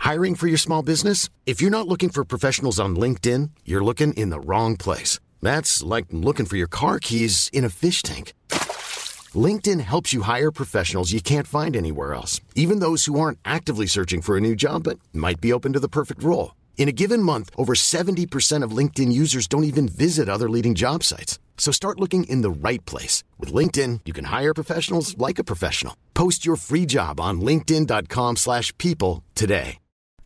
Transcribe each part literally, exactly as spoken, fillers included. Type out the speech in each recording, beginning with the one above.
Hiring for your small business? If you're not looking for professionals on LinkedIn, you're looking in the wrong place. That's like looking for your car keys in a fish tank. LinkedIn helps you hire professionals you can't find anywhere else, even those who aren't actively searching for a new job but might be open to the perfect role. In a given month, over seventy percent of LinkedIn users don't even visit other leading job sites. So start looking in the right place. With LinkedIn, you can hire professionals like a professional. Post your free job on linkedin dot com slash people today.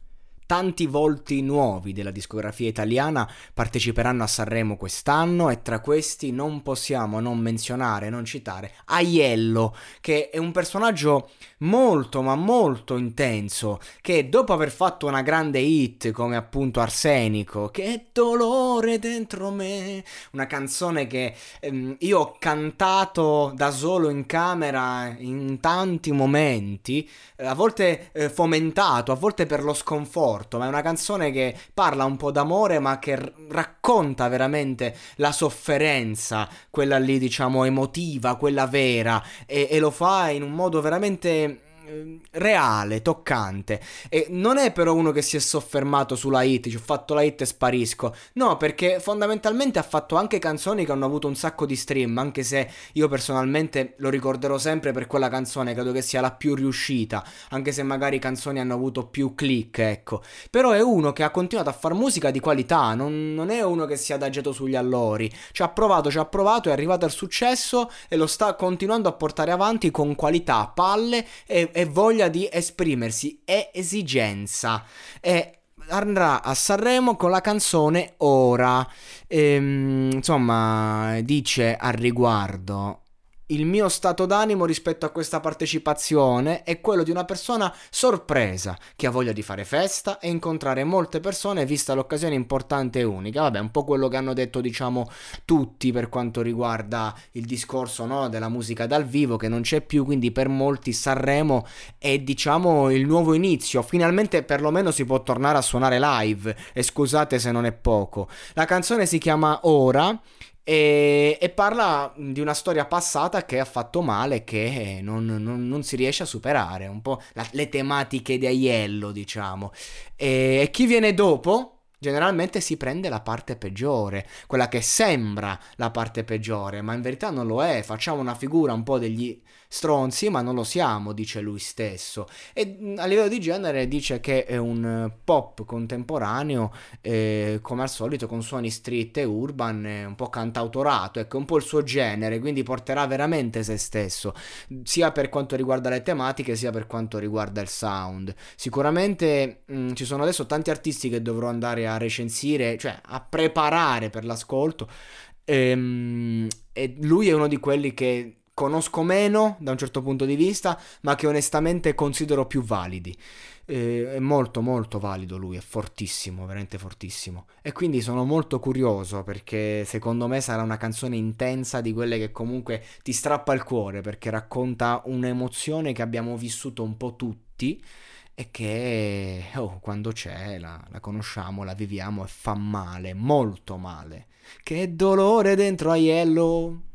Tanti volti nuovi della discografia italiana parteciperanno a Sanremo quest'anno e tra questi non possiamo non menzionare, non citare Aiello, che è un personaggio molto ma molto intenso, che dopo aver fatto una grande hit come appunto Arsenico, che dolore dentro me, una canzone che ehm, io ho cantato da solo in camera in tanti momenti, eh, a volte eh, fomentato, a volte per lo sconforto, ma è una canzone che parla un po' d'amore ma che r- racconta veramente la sofferenza, quella lì diciamo emotiva, quella vera, e, e lo fa in un modo veramente reale, toccante. E non è però uno che si è soffermato sulla hit, ci ho fatto la hit e sparisco, no, perché fondamentalmente ha fatto anche canzoni che hanno avuto un sacco di stream, anche se io personalmente lo ricorderò sempre per quella canzone, credo che sia la più riuscita, anche se magari canzoni hanno avuto più click, ecco. Però è uno che ha continuato a fare musica di qualità, non, non è uno che si è adagiato sugli allori, ci ha provato, ci ha provato, è arrivato al successo e lo sta continuando a portare avanti con qualità, palle e e voglia di esprimersi, e esigenza, e andrà a Sanremo con la canzone Ora. Ehm, insomma, dice al riguardo: il mio stato d'animo rispetto a questa partecipazione è quello di una persona sorpresa, che ha voglia di fare festa e incontrare molte persone vista l'occasione importante e unica. Vabbè, un po' quello che hanno detto diciamo tutti per quanto riguarda il discorso, no, della musica dal vivo che non c'è più, quindi per molti Sanremo è diciamo il nuovo inizio, finalmente perlomeno si può tornare a suonare live, e scusate se non è poco. La canzone si chiama Ora E, e parla di una storia passata che ha fatto male, che non, non, non si riesce a superare, un po' la, le tematiche di Aiello, diciamo. E, e chi viene dopo generalmente si prende la parte peggiore, quella che sembra la parte peggiore, ma in verità non lo è. Facciamo una figura un po' degli stronzi, ma non lo siamo, dice lui stesso. E a livello di genere dice che è un pop contemporaneo, eh, come al solito con suoni street e urban, eh, un po' cantautorato, ecco, un po' il suo genere, quindi porterà veramente se stesso, sia per quanto riguarda le tematiche sia per quanto riguarda il sound. Sicuramente mh, ci sono adesso tanti artisti che dovrò andare a recensire, cioè a preparare per l'ascolto, ehm, e lui è uno di quelli che conosco meno da un certo punto di vista, ma che onestamente considero più validi. Eh, è molto molto valido lui, è fortissimo, veramente fortissimo. E quindi sono molto curioso, perché secondo me sarà una canzone intensa, di quelle che comunque ti strappa il cuore, perché racconta un'emozione che abbiamo vissuto un po' tutti e che oh, quando c'è la, la conosciamo, la viviamo e fa male, molto male. Che dolore dentro Aiello.